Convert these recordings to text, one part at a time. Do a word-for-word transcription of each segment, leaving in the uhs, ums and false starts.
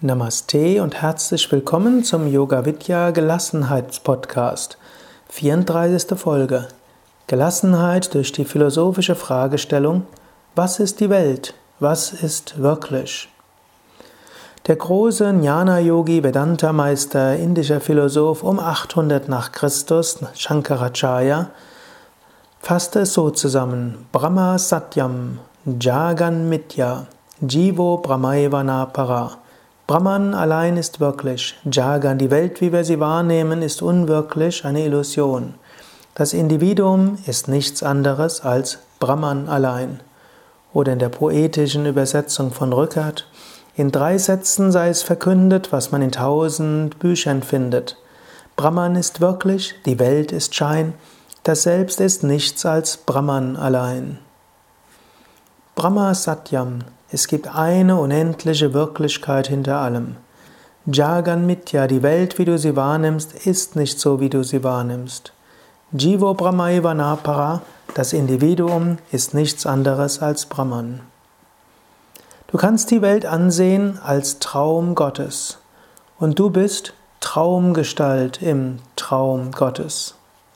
Namaste und herzlich willkommen zum Yoga Vidya Gelassenheitspodcast. vierunddreißigste Folge. Gelassenheit durch die philosophische Fragestellung: Was ist die Welt? Was ist wirklich? Der große Jnana-Yogi, Vedanta-Meister, indischer Philosoph um achthundert nach Christus, Shankaracharya, fasste es so zusammen: Brahma Satyam, Jagan Mithya, Jivo Brahmaiva Para. Brahman allein ist wirklich. Jagan, die Welt, wie wir sie wahrnehmen, ist unwirklich, eine Illusion. Das Individuum ist nichts anderes als Brahman allein. Oder in der poetischen Übersetzung von Rückert: In drei Sätzen sei es verkündet, was man in tausend Büchern findet. Brahman ist wirklich, die Welt ist Schein, das Selbst ist nichts als Brahman allein. Brahma Satyam, es gibt eine unendliche Wirklichkeit hinter allem. Jagan Mithya, die Welt, wie du sie wahrnimmst, ist nicht so, wie du sie wahrnimmst. Jivo Brahmaiva Para, das Individuum ist nichts anderes als Brahman. Du kannst die Welt ansehen als Traum Gottes. Und du bist Traumgestalt im Traum Gottes.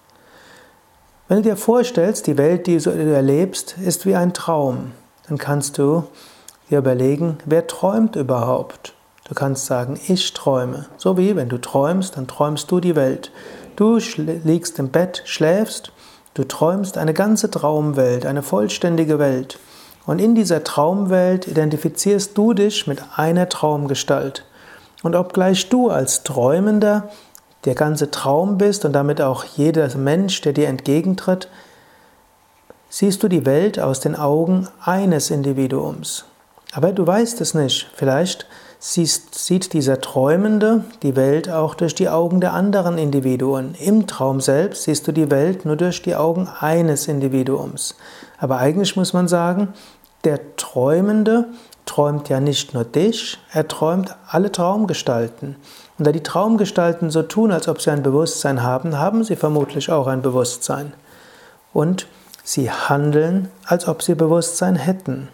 Wenn du dir vorstellst, die Welt, die du erlebst, ist wie ein Traum, dann kannst du dir überlegen, wer träumt überhaupt? Du kannst sagen, ich träume. So wie, wenn du träumst, dann träumst du die Welt. Du liegst im Bett, schläfst, du träumst eine ganze Traumwelt, eine vollständige Welt. Und in dieser Traumwelt identifizierst du dich mit einer Traumgestalt. Und obgleich du als Träumender der ganze Traum bist und damit auch jeder Mensch, der dir entgegentritt, siehst du die Welt aus den Augen eines Individuums. Aber du weißt es nicht. Vielleicht siehst, sieht dieser Träumende die Welt auch durch die Augen der anderen Individuen. Im Traum selbst siehst du die Welt nur durch die Augen eines Individuums. Aber eigentlich muss man sagen, der Träumende träumt ja nicht nur dich, er träumt alle Traumgestalten. Und da die Traumgestalten so tun, als ob sie ein Bewusstsein haben, haben sie vermutlich auch ein Bewusstsein. Und sie handeln, als ob sie Bewusstsein hätten.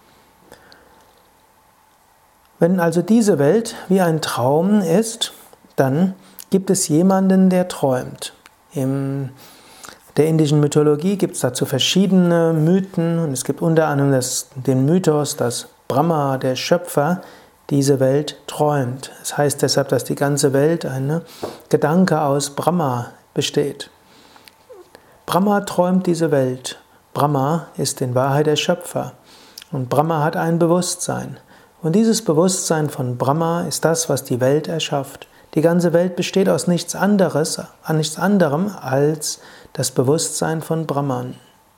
Wenn also diese Welt wie ein Traum ist, dann gibt es jemanden, der träumt. In der indischen Mythologie gibt es dazu verschiedene Mythen und es gibt unter anderem das, den Mythos, dass Brahma, der Schöpfer, diese Welt träumt. Das heißt deshalb, dass die ganze Welt ein Gedanke aus Brahma besteht. Brahma träumt diese Welt. Brahma ist in Wahrheit der Schöpfer. Und Brahma hat ein Bewusstsein. Und dieses Bewusstsein von Brahma ist das, was die Welt erschafft. Die ganze Welt besteht aus nichts anderes, an nichts anderem als das Bewusstsein von Brahman.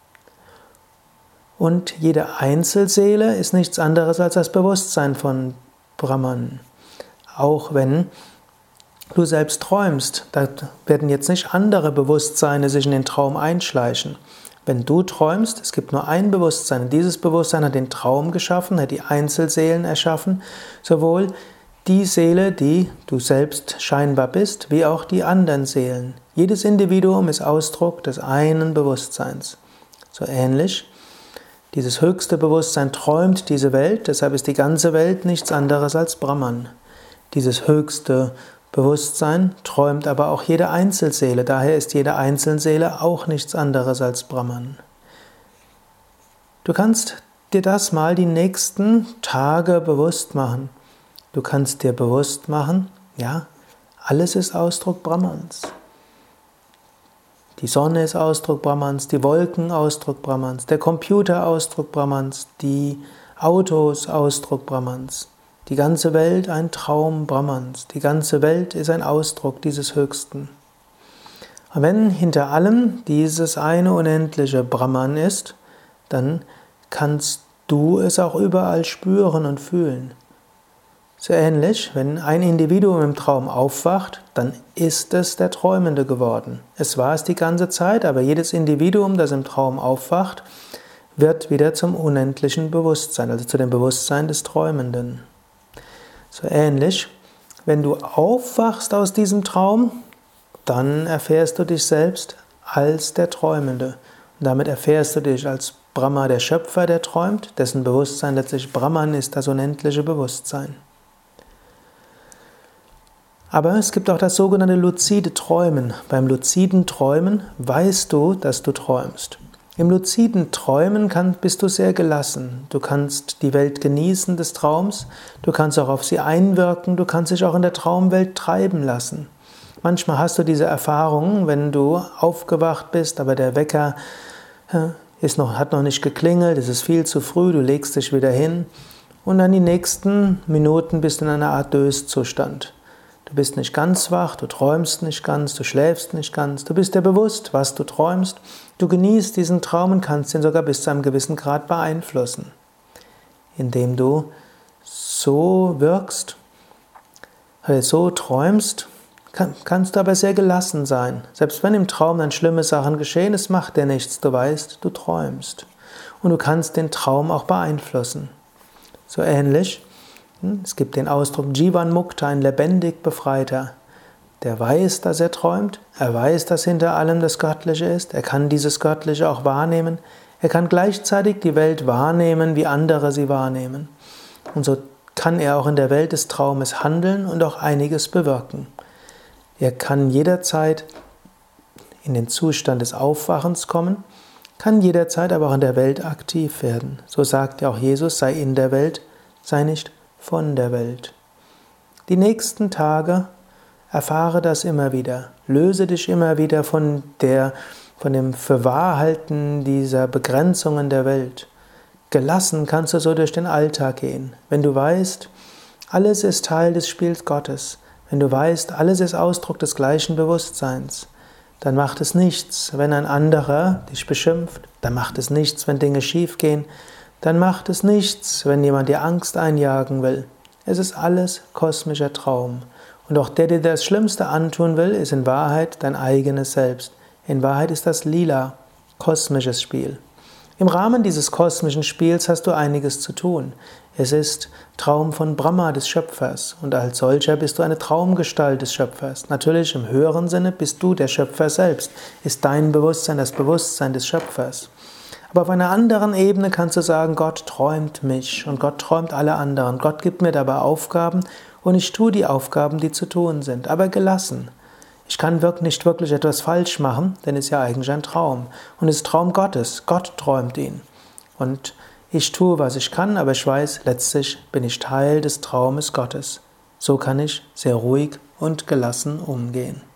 Und jede Einzelseele ist nichts anderes als das Bewusstsein von Brahman. Auch wenn du selbst träumst, da werden jetzt nicht andere Bewusstseine sich in den Traum einschleichen. Wenn du träumst, es gibt nur ein Bewusstsein. Und dieses Bewusstsein hat den Traum geschaffen, hat die Einzelseelen erschaffen, sowohl die Seele, die du selbst scheinbar bist, wie auch die anderen Seelen. Jedes Individuum ist Ausdruck des einen Bewusstseins. So ähnlich, dieses höchste Bewusstsein träumt diese Welt, deshalb ist die ganze Welt nichts anderes als Brahman. Dieses höchste Bewusstsein träumt aber auch jede Einzelseele, daher ist jede Einzelseele auch nichts anderes als Brahman. Du kannst dir das mal die nächsten Tage bewusst machen. Du kannst dir bewusst machen, ja, alles ist Ausdruck Brahmans. Die Sonne ist Ausdruck Brahmans, die Wolken Ausdruck Brahmans, der Computer Ausdruck Brahmans, die Autos Ausdruck Brahmans. Die ganze Welt ein Traum Brahmans. Die ganze Welt ist ein Ausdruck dieses Höchsten. Und wenn hinter allem dieses eine unendliche Brahman ist, dann kannst du es auch überall spüren und fühlen. So ähnlich, wenn ein Individuum im Traum aufwacht, dann ist es der Träumende geworden. Es war es die ganze Zeit, aber jedes Individuum, das im Traum aufwacht, wird wieder zum unendlichen Bewusstsein, also zu dem Bewusstsein des Träumenden. So ähnlich, wenn du aufwachst aus diesem Traum, dann erfährst du dich selbst als der Träumende. Und damit erfährst du dich als Brahma, der Schöpfer, der träumt, dessen Bewusstsein letztlich Brahman ist, das unendliche Bewusstsein. Aber es gibt auch das sogenannte luzide Träumen. Beim luziden Träumen weißt du, dass du träumst. Im luziden Träumen kann, bist du sehr gelassen. Du kannst die Welt genießen des Traums, du kannst auch auf sie einwirken, du kannst dich auch in der Traumwelt treiben lassen. Manchmal hast du diese Erfahrungen, wenn du aufgewacht bist, aber der Wecker ist noch, hat noch nicht geklingelt, es ist viel zu früh, du legst dich wieder hin und dann die nächsten Minuten bist du in einer Art Döszustand. Du bist nicht ganz wach, du träumst nicht ganz, du schläfst nicht ganz, du bist dir bewusst, was du träumst, du genießt diesen Traum und kannst ihn sogar bis zu einem gewissen Grad beeinflussen. Indem du so wirkst, so träumst, kannst du aber sehr gelassen sein. Selbst wenn im Traum dann schlimme Sachen geschehen, es macht dir nichts, du weißt, du träumst. Und du kannst den Traum auch beeinflussen. So ähnlich, es gibt den Ausdruck Jivan Mukta, ein lebendig Befreiter. Der weiß, dass er träumt, er weiß, dass hinter allem das Göttliche ist, er kann dieses Göttliche auch wahrnehmen, er kann gleichzeitig die Welt wahrnehmen, wie andere sie wahrnehmen. Und so kann er auch in der Welt des Traumes handeln und auch einiges bewirken. Er kann jederzeit in den Zustand des Aufwachens kommen, kann jederzeit aber auch in der Welt aktiv werden. So sagt ja auch Jesus, sei in der Welt, sei nicht von der Welt. Die nächsten Tage erfahre das immer wieder. Löse dich immer wieder von der, von dem Fürwahrhalten dieser Begrenzungen der Welt. Gelassen kannst du so durch den Alltag gehen. Wenn du weißt, alles ist Teil des Spiels Gottes. Wenn du weißt, alles ist Ausdruck des gleichen Bewusstseins. Dann macht es nichts, wenn ein anderer dich beschimpft. Dann macht es nichts, wenn Dinge schiefgehen. Dann macht es nichts, wenn jemand dir Angst einjagen will. Es ist alles kosmischer Traum. Und auch der, der dir das Schlimmste antun will, ist in Wahrheit dein eigenes Selbst. In Wahrheit ist das Lila, kosmisches Spiel. Im Rahmen dieses kosmischen Spiels hast du einiges zu tun. Es ist Traum von Brahma, des Schöpfers. Und als solcher bist du eine Traumgestalt des Schöpfers. Natürlich im höheren Sinne bist du der Schöpfer selbst. Ist dein Bewusstsein das Bewusstsein des Schöpfers. Aber auf einer anderen Ebene kannst du sagen, Gott träumt mich und Gott träumt alle anderen. Gott gibt mir dabei Aufgaben und ich tue die Aufgaben, die zu tun sind, aber gelassen. Ich kann nicht wirklich etwas falsch machen, denn es ist ja eigentlich ein Traum. Und es ist Traum Gottes. Gott träumt ihn. Und ich tue, was ich kann, aber ich weiß, letztlich bin ich Teil des Traumes Gottes. So kann ich sehr ruhig und gelassen umgehen.